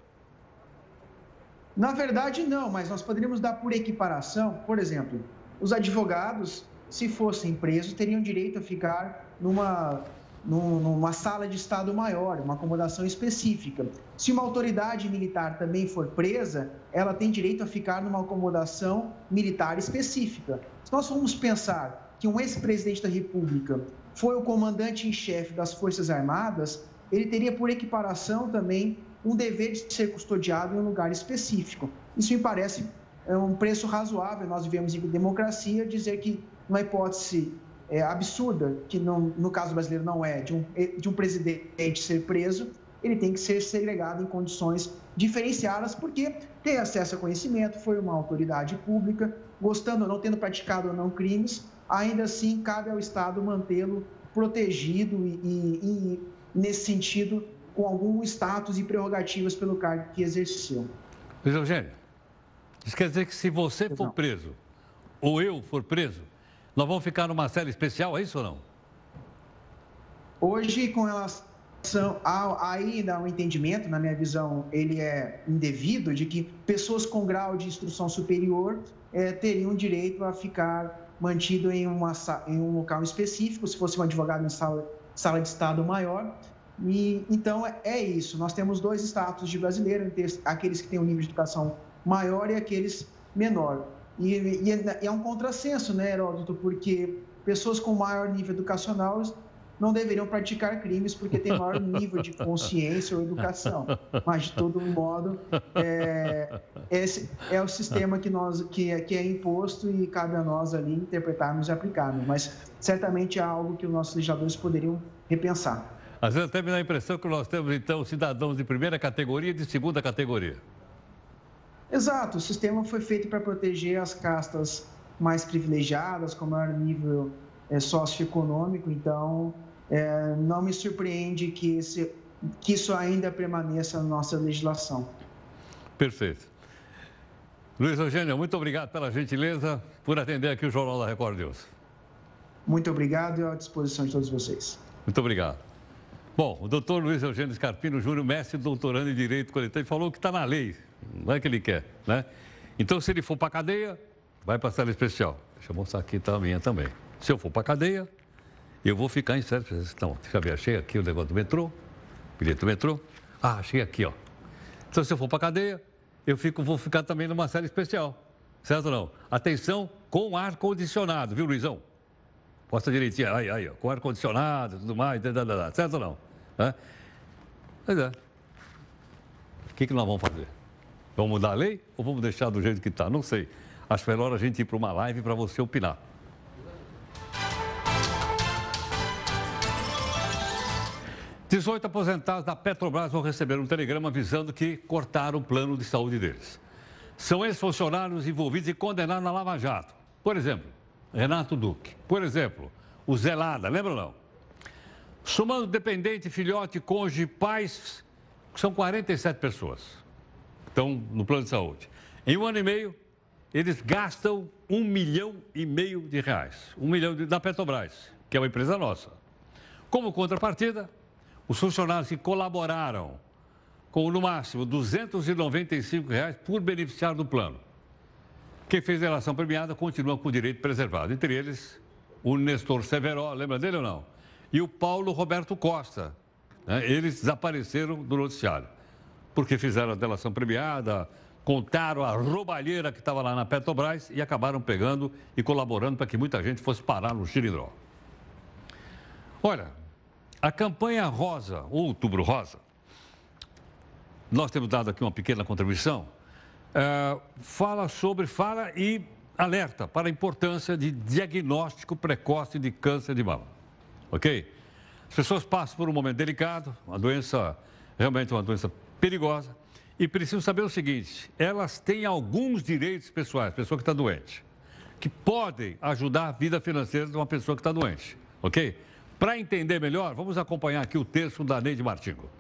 Na verdade, não, mas nós poderíamos dar por equiparação. Por exemplo, os advogados, se fossem presos, teriam direito a ficar numa sala de Estado maior, uma acomodação específica. Se uma autoridade militar também for presa, ela tem direito a ficar numa acomodação militar específica. Se nós formos pensar que um ex-presidente da República foi o comandante em chefe das Forças Armadas, ele teria por equiparação também um dever de ser custodiado em um lugar específico. Isso me parece um preço razoável. Nós vivemos em democracia, dizer que uma hipótese absurda, que no caso brasileiro não é, de um presidente ser preso, ele tem que ser segregado em condições diferenciadas, porque tem acesso a conhecimento, foi uma autoridade pública, gostando ou não, tendo praticado ou não crimes, ainda assim cabe ao Estado mantê-lo protegido e nesse sentido, com algum status e prerrogativas pelo cargo que exerceu. Luiz Eugênio, isso quer dizer que se você for preso, ou eu for preso, nós vamos ficar numa cela especial, é isso ou não? Hoje, com relação ainda ao entendimento, na minha visão, ele é indevido, de que pessoas com grau de instrução superior teriam direito a ficar mantido em um local específico, se fosse um advogado em sala de Estado maior. E, então, é isso. Nós temos dois status de brasileiro, aqueles que têm um nível de educação maior e aqueles menor. E é um contrassenso, né, Heródoto? Porque pessoas com maior nível educacional não deveriam praticar crimes porque têm maior nível de consciência ou educação. Mas, de todo modo, esse é o sistema que é imposto e cabe a nós ali interpretarmos e aplicarmos. Mas, certamente, é algo que os nossos legisladores poderiam repensar. Às vezes até me dá a impressão que nós temos, então, cidadãos de primeira categoria e de segunda categoria. Exato. O sistema foi feito para proteger as castas mais privilegiadas, com maior nível socioeconômico. Então, não me surpreende que isso ainda permaneça na nossa legislação. Perfeito. Luiz Eugênio, muito obrigado pela gentileza por atender aqui o Jornal da Record News. Muito obrigado e à disposição de todos vocês. Muito obrigado. Bom, o doutor Luiz Eugênio Scarpino Júnior, mestre e doutorando em Direito Coletor, falou que está na lei, não é que ele quer, né? Então, se ele for para a cadeia, vai para a cela especial. Deixa eu mostrar aqui a minha também. Se eu for para a cadeia, eu vou ficar em cela especial. Então, deixa eu ver, achei aqui o negócio do metrô, bilhete do metrô. Ah, achei aqui, ó. Então, se eu for para cadeia, vou ficar também numa série especial. Certo ou não? Atenção, com ar-condicionado, viu, Luizão? Posta direitinho, aí, ó, com ar-condicionado, tudo mais, certo ou não? Pois é. O que nós vamos fazer? Vamos mudar a lei ou vamos deixar do jeito que está? Não sei. Acho melhor a gente ir para uma live para você opinar. Dezoito aposentados da Petrobras vão receber um telegrama avisando que cortaram o plano de saúde deles. São ex-funcionários envolvidos e condenados na Lava Jato. Por exemplo, Renato Duque. Por exemplo, o Zelada, lembra ou não? Somando dependente, filhote, cônjuge, pais, são 47 pessoas que estão no plano de saúde. Em um ano e meio, eles gastam R$1,5 milhão de reais. R$1 milhão da Petrobras, que é uma empresa nossa. Como contrapartida, os funcionários que colaboraram com, no máximo, R$ 295 por beneficiário do plano. Quem fez delação premiada continua com o direito preservado. Entre eles, o Nestor Severo, lembra dele ou não? E o Paulo Roberto Costa. Eles desapareceram do noticiário. Porque fizeram a delação premiada, contaram a roubalheira que estava lá na Petrobras e acabaram pegando e colaborando para que muita gente fosse parar no Xilindró. Olha, a campanha Rosa, ou Outubro Rosa, nós temos dado aqui uma pequena contribuição, fala e alerta para a importância de diagnóstico precoce de câncer de mama, ok? As pessoas passam por um momento delicado, uma doença, realmente uma doença perigosa, e precisam saber o seguinte, elas têm alguns direitos pessoais, pessoa que está doente, que podem ajudar a vida financeira de uma pessoa que está doente, ok? Para entender melhor, vamos acompanhar aqui o texto da Neide Martingo.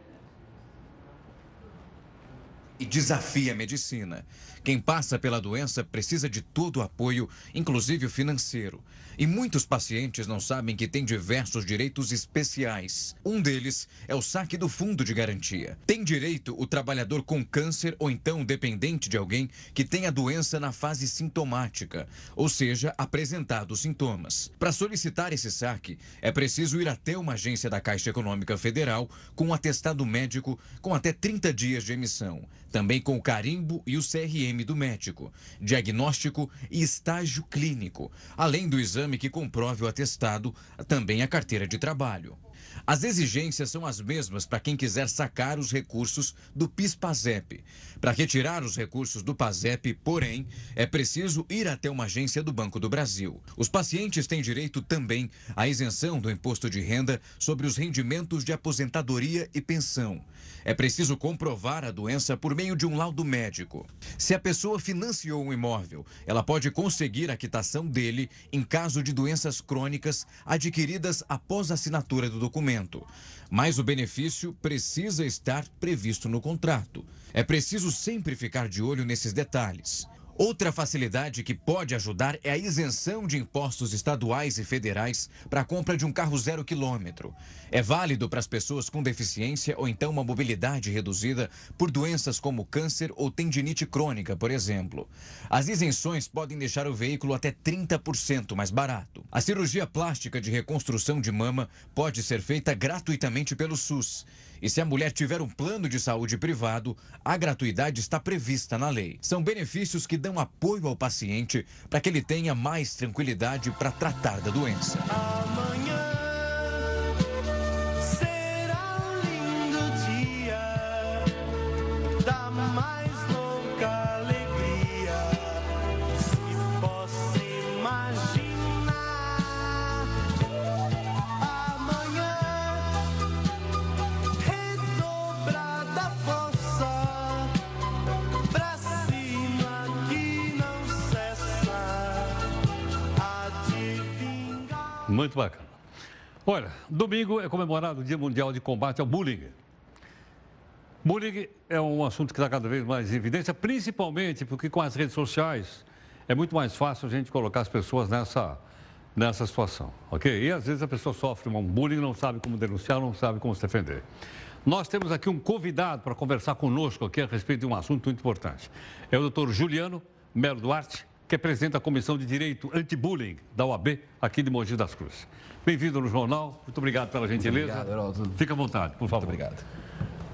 E desafia a medicina. Quem passa pela doença precisa de todo o apoio, inclusive o financeiro. E muitos pacientes não sabem que têm diversos direitos especiais. Um deles é o saque do fundo de garantia. Tem direito o trabalhador com câncer ou então dependente de alguém que tem a doença na fase sintomática, ou seja, apresentado os sintomas. Para solicitar esse saque, é preciso ir até uma agência da Caixa Econômica Federal com um atestado médico com até 30 dias de emissão. Também com o carimbo e o CRM do médico, diagnóstico e estágio clínico, além do exame que comprove o atestado, também a carteira de trabalho. As exigências são as mesmas para quem quiser sacar os recursos do PIS/PASEP. Para retirar os recursos do PASEP, porém, é preciso ir até uma agência do Banco do Brasil. Os pacientes têm direito também à isenção do imposto de renda sobre os rendimentos de aposentadoria e pensão. É preciso comprovar a doença por meio de um laudo médico. Se a pessoa financiou um imóvel, ela pode conseguir a quitação dele em caso de doenças crônicas adquiridas após a assinatura do documento. Mas o benefício precisa estar previsto no contrato. É preciso sempre ficar de olho nesses detalhes. Outra facilidade que pode ajudar é a isenção de impostos estaduais e federais para a compra de um carro 0 quilômetro. É válido para as pessoas com deficiência ou então uma mobilidade reduzida por doenças como câncer ou tendinite crônica, por exemplo. As isenções podem deixar o veículo até 30% mais barato. A cirurgia plástica de reconstrução de mama pode ser feita gratuitamente pelo SUS. E se a mulher tiver um plano de saúde privado, a gratuidade está prevista na lei. São benefícios que dão apoio ao paciente para que ele tenha mais tranquilidade para tratar da doença. Amanhã será um lindo dia da mais louca alegria. Se posso imaginar amanhã redobrada força pra cima que não cessa de vingar. Muito bacana. Olha, domingo é comemorado o Dia Mundial de Combate ao Bullying. Bullying é um assunto que está cada vez mais em evidência, principalmente porque com as redes sociais é muito mais fácil a gente colocar as pessoas nessa situação, ok? E às vezes a pessoa sofre um bullying, não sabe como denunciar, não sabe como se defender. Nós temos aqui um convidado para conversar conosco aqui a respeito de um assunto muito importante. É o doutor Juliano Melo Duarte, que é presidente da Comissão de Direito Anti-Bullying da OAB, aqui de Mogi das Cruzes. Bem-vindo no jornal, muito obrigado pela gentileza. Muito obrigado, Heraldo. Fica à vontade, por favor. Muito obrigado.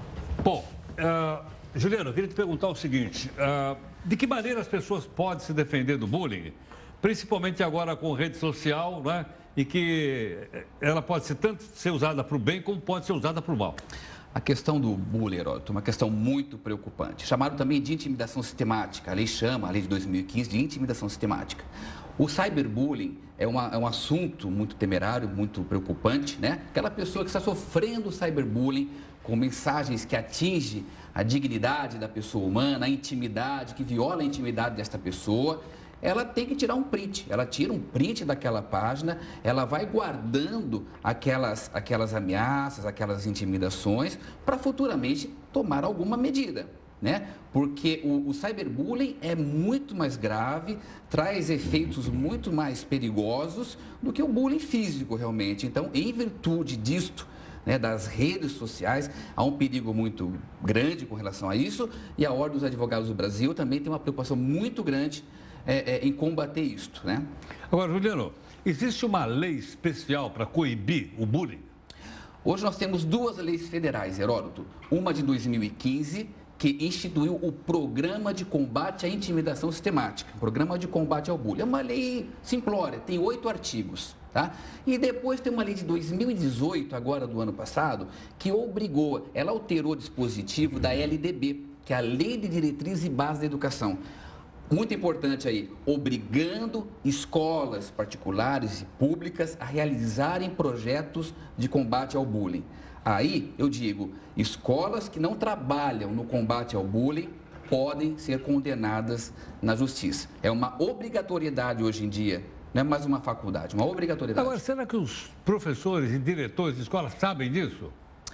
Bom, Juliana, eu queria te perguntar o seguinte, de que maneira as pessoas podem se defender do bullying, principalmente agora com rede social, né? E que ela pode ser tanto ser usada para o bem como pode ser usada para o mal. A questão do bullying, Heródoto, é uma questão muito preocupante. Chamado também de intimidação sistemática. A lei chama, a lei de 2015, de intimidação sistemática. O cyberbullying é um assunto muito temerário, muito preocupante, né? Aquela pessoa que está sofrendo cyberbullying com mensagens que atingem a dignidade da pessoa humana, a intimidade, que viola a intimidade desta pessoa, ela tem que tirar um print. Ela tira um print daquela página, ela vai guardando aquelas ameaças, aquelas intimidações, para futuramente tomar alguma medida, né? Porque o cyberbullying é muito mais grave, traz efeitos muito mais perigosos do que o bullying físico, realmente. Então, em virtude disto, né, das redes sociais, há um perigo muito grande com relação a isso, e a Ordem dos Advogados do Brasil também tem uma preocupação muito grande em combater isto, né? Agora, Juliano, existe uma lei especial para coibir o bullying? Hoje nós temos duas leis federais, Heródoto. Uma de 2015, que instituiu o Programa de Combate à Intimidação Sistemática, Programa de Combate ao Bullying. É uma lei simplória, tem 8 artigos, tá? E depois tem uma lei de 2018, agora do ano passado, que obrigou, ela alterou o dispositivo da LDB, que é a Lei de Diretriz e Base da Educação. Muito importante aí, obrigando escolas particulares e públicas a realizarem projetos de combate ao bullying. Aí, eu digo, escolas que não trabalham no combate ao bullying podem ser condenadas na justiça. É uma obrigatoriedade hoje em dia, não é mais uma faculdade, uma obrigatoriedade. Agora, será que os professores e diretores de escolas sabem disso?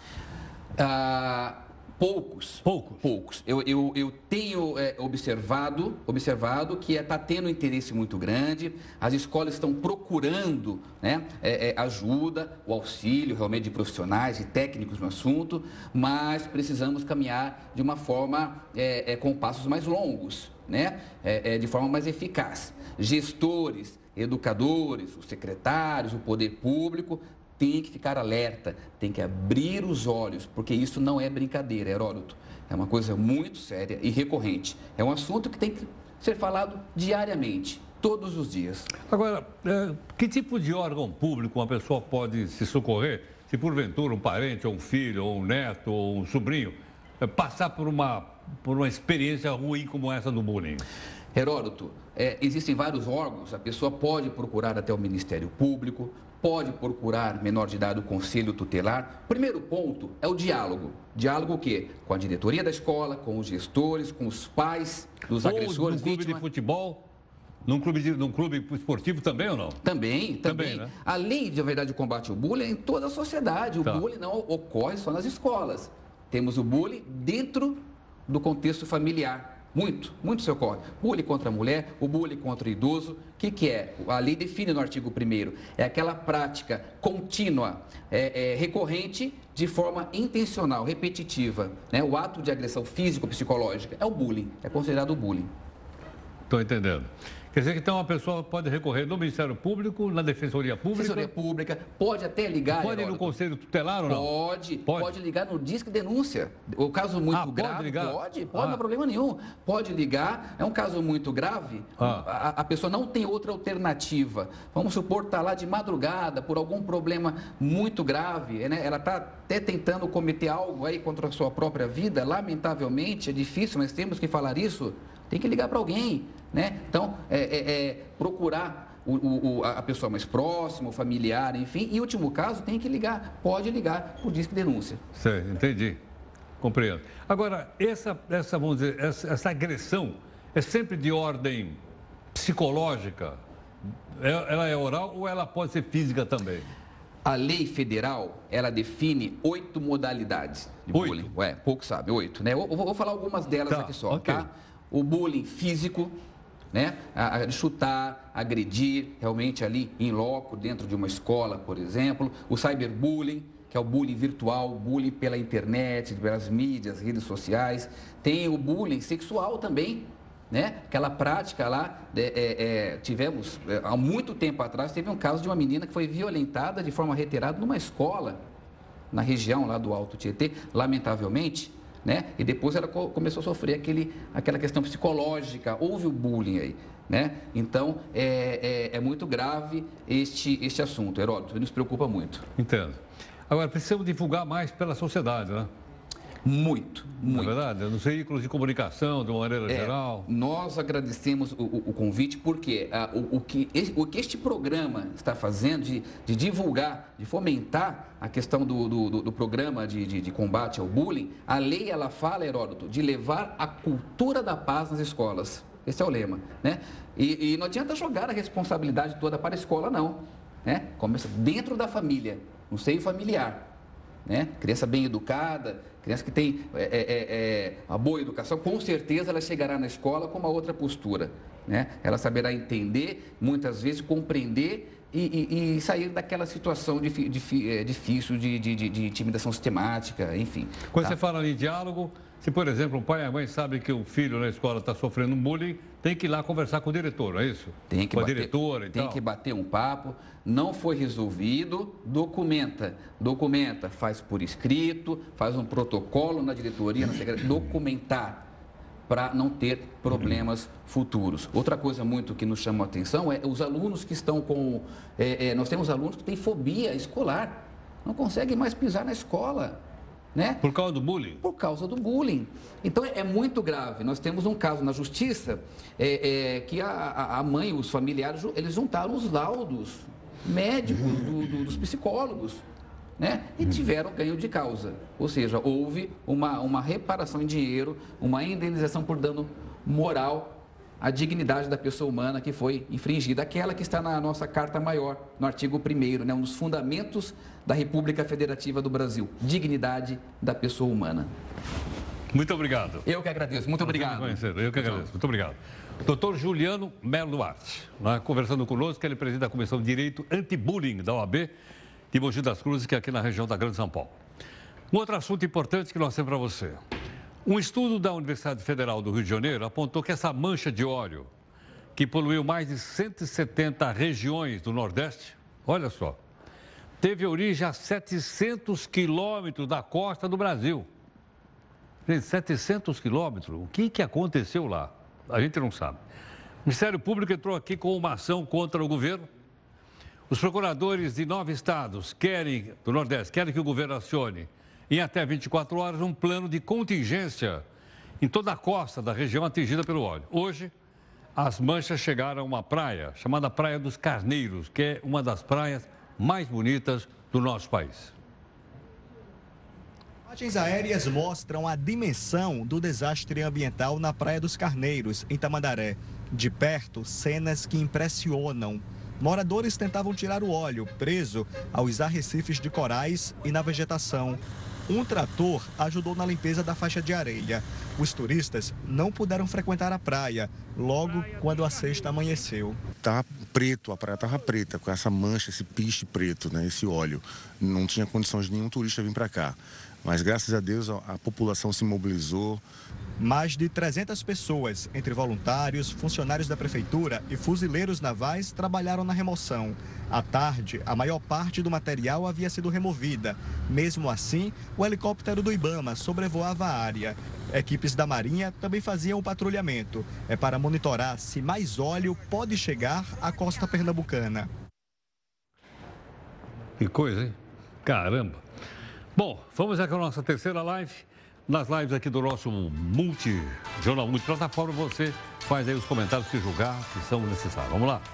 Poucos. Eu tenho observado que está tendo interesse muito grande, as escolas estão procurando, né, ajuda, o auxílio realmente de profissionais e técnicos no assunto, mas precisamos caminhar de uma forma com passos mais longos, né, de forma mais eficaz. Gestores, educadores, os secretários, o poder público tem que ficar alerta, tem que abrir os olhos, porque isso não é brincadeira, Heródoto. É uma coisa muito séria e recorrente. É um assunto que tem que ser falado diariamente, todos os dias. Agora, que tipo de órgão público uma pessoa pode se socorrer se porventura um parente, ou um filho, ou um neto, ou um sobrinho passar por uma experiência ruim como essa do bullying? Heródoto, existem vários órgãos, a pessoa pode procurar até o Ministério Público, pode procurar menor de idade o Conselho Tutelar. Primeiro ponto é o diálogo. Diálogo o quê? Com a diretoria da escola, com os gestores, com os pais dos agressores, num clube de futebol, num clube esportivo também ou não? Também. Né? A lei, de verdade, de combate ao bullying é em toda a sociedade. O bullying não ocorre só nas escolas. Temos o bullying dentro do contexto familiar. Muito se ocorre. Bullying contra a mulher, o bullying contra o idoso. O que é? A lei define no artigo 1º. É aquela prática contínua, recorrente, de forma intencional, repetitiva. Né? O ato de agressão físico-psicológica é o bullying, é considerado bullying. Estou entendendo. Quer dizer que então a pessoa pode recorrer no Ministério Público, na Defensoria Pública? Defensoria Pública, pode até ligar... Pode ir no Conselho Tutelar ou não? Pode ligar no Disque Denúncia. O caso muito grave, pode ligar? Pode, não há problema nenhum. Pode ligar, é um caso muito grave, a pessoa não tem outra alternativa. Vamos supor, está lá de madrugada por algum problema muito grave, né? Ela está até tentando cometer algo aí contra a sua própria vida, lamentavelmente, é difícil, mas temos que falar isso, tem que ligar para alguém. Né? Então, procurar a pessoa mais próxima, o familiar, enfim. E, em último caso, tem que ligar, pode ligar para o Disque Denúncia. Certo, entendi. Compreendo. Agora, vamos dizer, essa agressão é sempre de ordem psicológica? Ela é oral ou ela pode ser física também? A lei federal, ela define 8 modalidades de bullying. Pouco sabe, 8, né? Eu vou falar algumas delas aqui só, tá? O bullying físico, né? A chutar, agredir, realmente ali em loco, dentro de uma escola, por exemplo. O cyberbullying, que é o bullying virtual, o bullying pela internet, pelas mídias, redes sociais. Tem o bullying sexual também, né? Aquela prática lá, tivemos, há muito tempo atrás, teve um caso de uma menina que foi violentada de forma reiterada numa escola, na região lá do Alto Tietê, lamentavelmente, né? E depois ela começou a sofrer aquela questão psicológica, houve o bullying aí, né? Então, é muito grave este assunto, Heródoto, nos preocupa muito. Entendo. Agora, precisamos divulgar mais pela sociedade, né? Muito, muito. Não é verdade? Nos veículos de comunicação, de uma maneira geral. Nós agradecemos o convite, porque o que este programa está fazendo de divulgar, de fomentar a questão do programa de combate ao bullying, a lei, ela fala, Heródoto, de levar a cultura da paz nas escolas. Esse é o lema, né? E não adianta jogar a responsabilidade toda para a escola, não, né? Começa dentro da família, no seio familiar. Né? Criança bem educada, criança que tem a boa educação, com certeza ela chegará na escola com uma outra postura, né? Ela saberá entender, muitas vezes compreender e sair daquela situação difícil de intimidação sistemática, enfim. Quando você fala em diálogo, se, por exemplo, um pai e a mãe sabem que o filho na escola está sofrendo bullying, tem que ir lá conversar com o diretor, não é isso? Tem que com a bater, diretora e tem tal. que bater um papo. Não foi resolvido, documenta, faz por escrito, faz um protocolo na diretoria, na secretaria, documentar para não ter problemas futuros. Outra coisa muito que nos chama a atenção é os alunos que estão com... nós temos alunos que têm fobia escolar, não conseguem mais pisar na escola. Né? Por causa do bullying? Por causa do bullying. Então, é muito grave. Nós temos um caso na justiça que a mãe, os familiares, eles juntaram os laudos médicos dos psicólogos, né? E tiveram ganho de causa. Ou seja, houve uma reparação em dinheiro, uma indenização por dano moral à dignidade da pessoa humana que foi infringida. Aquela que está na nossa Carta Maior, no artigo 1º, né? Um dos fundamentos da República Federativa do Brasil. Dignidade da pessoa humana. Muito obrigado. Eu que agradeço. Muito obrigado. Eu que agradeço. Muito obrigado. Doutor Juliano Melo Duarte, né, conversando conosco, ele preside a Comissão de Direito Anti-Bullying da OAB de Mogi das Cruzes, que é aqui na região da Grande São Paulo. Um outro assunto importante que nós temos para você. Um estudo da Universidade Federal do Rio de Janeiro apontou que essa mancha de óleo, que poluiu mais de 170 regiões do Nordeste, olha só, teve origem a 700 quilômetros da costa do Brasil. Gente, 700 quilômetros, o que aconteceu lá? A gente não sabe. O Ministério Público entrou aqui com uma ação contra o governo. Os procuradores de 9 estados do Nordeste querem que o governo acione em até 24 horas um plano de contingência em toda a costa da região atingida pelo óleo. Hoje, as manchas chegaram a uma praia chamada Praia dos Carneiros, que é uma das praias mais bonitas do nosso país. Imagens aéreas mostram a dimensão do desastre ambiental na Praia dos Carneiros, em Tamandaré. De perto, cenas que impressionam. Moradores tentavam tirar o óleo preso aos arrecifes de corais e na vegetação. Um trator ajudou na limpeza da faixa de areia. Os turistas não puderam frequentar a praia logo quando a sexta amanheceu. Estava preto, a praia estava preta, com essa mancha, esse piche preto, né, esse óleo. Não tinha condições de nenhum turista vir para cá. Mas, graças a Deus, a população se mobilizou. Mais de 300 pessoas, entre voluntários, funcionários da prefeitura e fuzileiros navais, trabalharam na remoção. À tarde, a maior parte do material havia sido removida. Mesmo assim, o helicóptero do IBAMA sobrevoava a área. Equipes da Marinha também faziam o patrulhamento. É para monitorar se mais óleo pode chegar à costa pernambucana. Que coisa, hein? Caramba! Bom, vamos aqui à nossa terceira live. Nas lives aqui do nosso Jornal Multiplataforma, você faz aí os comentários que julgar que são necessários. Vamos lá?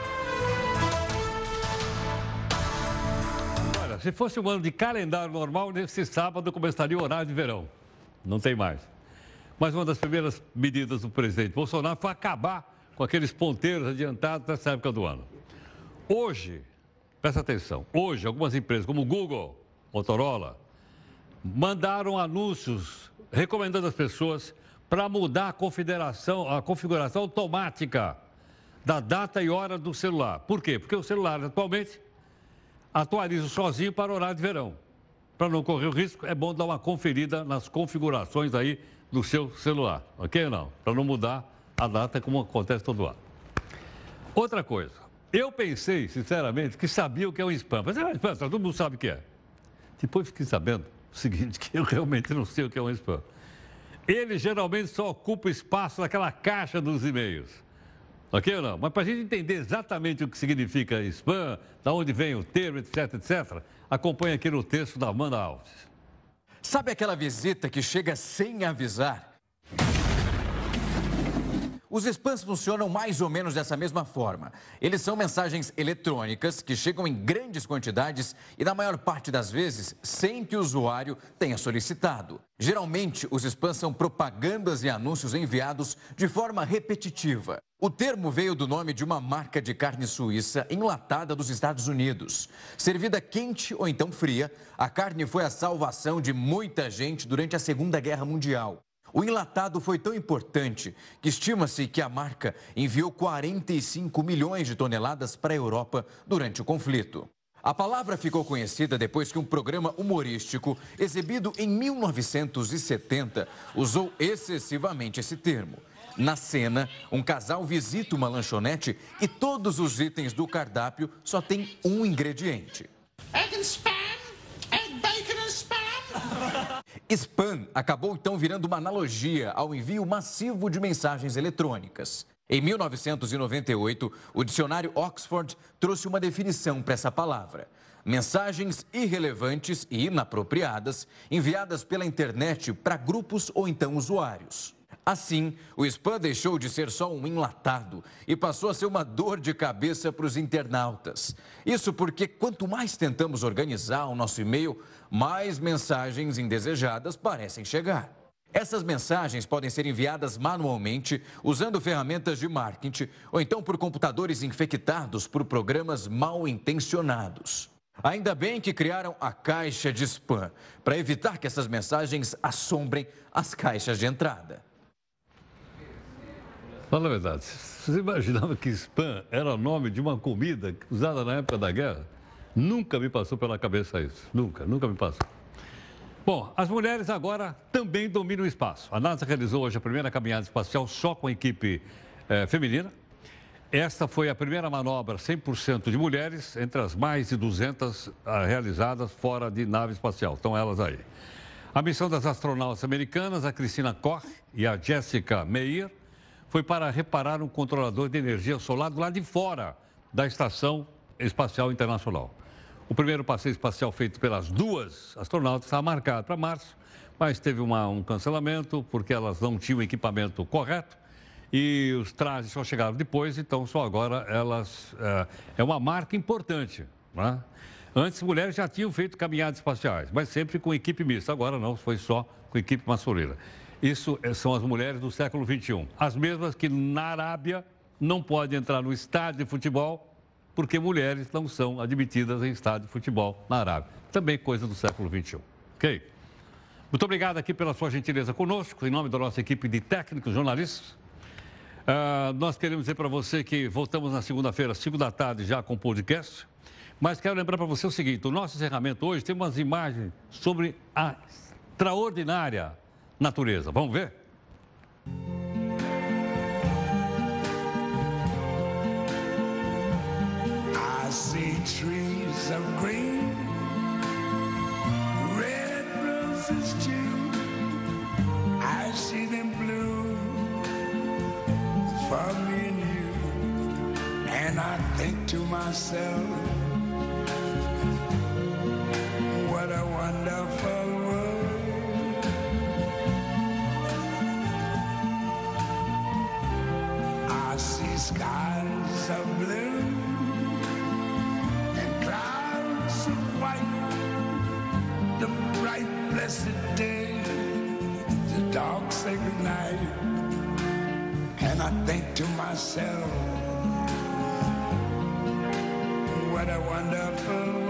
Olha, se fosse um ano de calendário normal, nesse sábado começaria o horário de verão. Não tem mais. Mas uma das primeiras medidas do presidente Bolsonaro foi acabar com aqueles ponteiros adiantados nessa época do ano. Hoje, presta atenção, hoje algumas empresas como Google, Motorola, mandaram anúncios recomendando às pessoas para mudar a configuração automática da data e hora do celular. Por quê? Porque o celular atualmente atualiza sozinho para o horário de verão. Para não correr o risco, é bom dar uma conferida nas configurações aí do seu celular, ok ou não? Para não mudar a data como acontece todo ano. Outra coisa, eu pensei, sinceramente, que sabia o que é um spam. Mas spam, todo mundo sabe o que é. Depois fiquei sabendo, seguinte, que eu realmente não sei o que é um spam. Ele geralmente só ocupa espaço naquela caixa dos e-mails. Ok ou não? Mas para a gente entender exatamente o que significa spam, de onde vem o termo, etc, etc, acompanhe aqui no texto da Amanda Alves. Sabe aquela visita que chega sem avisar? Os spams funcionam mais ou menos dessa mesma forma. Eles são mensagens eletrônicas que chegam em grandes quantidades e, na maior parte das vezes, sem que o usuário tenha solicitado. Geralmente, os spams são propagandas e anúncios enviados de forma repetitiva. O termo veio do nome de uma marca de carne suíça enlatada dos Estados Unidos. Servida quente ou então fria, a carne foi a salvação de muita gente durante a Segunda Guerra Mundial. O enlatado foi tão importante que estima-se que a marca enviou 45 milhões de toneladas para a Europa durante o conflito. A palavra ficou conhecida depois que um programa humorístico, exibido em 1970, usou excessivamente esse termo. Na cena, um casal visita uma lanchonete e todos os itens do cardápio só têm um ingrediente. Egg and spam, egg, bacon and spam. Spam acabou então virando uma analogia ao envio massivo de mensagens eletrônicas. Em 1998, o dicionário Oxford trouxe uma definição para essa palavra: mensagens irrelevantes e inapropriadas enviadas pela internet para grupos ou então usuários. Assim, o spam deixou de ser só um enlatado e passou a ser uma dor de cabeça para os internautas. Isso porque quanto mais tentamos organizar o nosso e-mail, mais mensagens indesejadas parecem chegar. Essas mensagens podem ser enviadas manualmente, usando ferramentas de marketing, ou então por computadores infectados por programas mal intencionados. Ainda bem que criaram a caixa de spam, para evitar que essas mensagens assombrem as caixas de entrada. Fala a verdade, você imaginava que spam era o nome de uma comida usada na época da guerra? Nunca me passou pela cabeça isso, nunca me passou. Bom, as mulheres agora também dominam o espaço. A NASA realizou hoje a primeira caminhada espacial só com a equipe feminina. Esta foi a primeira manobra 100% de mulheres, entre as mais de 200 realizadas fora de nave espacial. Estão elas aí. A missão das astronautas americanas, a Christina Koch e a Jessica Meir, foi para reparar um controlador de energia solar do lado de fora da Estação Espacial Internacional. O primeiro passeio espacial feito pelas duas astronautas estava marcado para março, mas teve um cancelamento porque elas não tinham o equipamento correto e os trajes só chegaram depois, então só agora elas... É uma marca importante, né? Antes, mulheres já tinham feito caminhadas espaciais, mas sempre com equipe mista. Agora não, foi só com equipe masculina. Isso são as mulheres do século XXI. As mesmas que na Arábia não podem entrar no estádio de futebol porque mulheres não são admitidas em estádio de futebol na Arábia. Também coisa do século XXI. Ok? Muito obrigado aqui pela sua gentileza conosco, em nome da nossa equipe de técnicos, jornalistas. Nós queremos dizer para você que voltamos na segunda-feira, 5 da tarde, já com o podcast. Mas quero lembrar para você o seguinte, o nosso encerramento hoje tem umas imagens sobre a extraordinária natureza. Vamos ver? I see trees of green, red roses too. I see them bloom for me and you. And I think to myself, what a wonderful world. I see skies of blue and clouds of white, the bright blessed day, the dark sacred night. And I think to myself, what a wonderful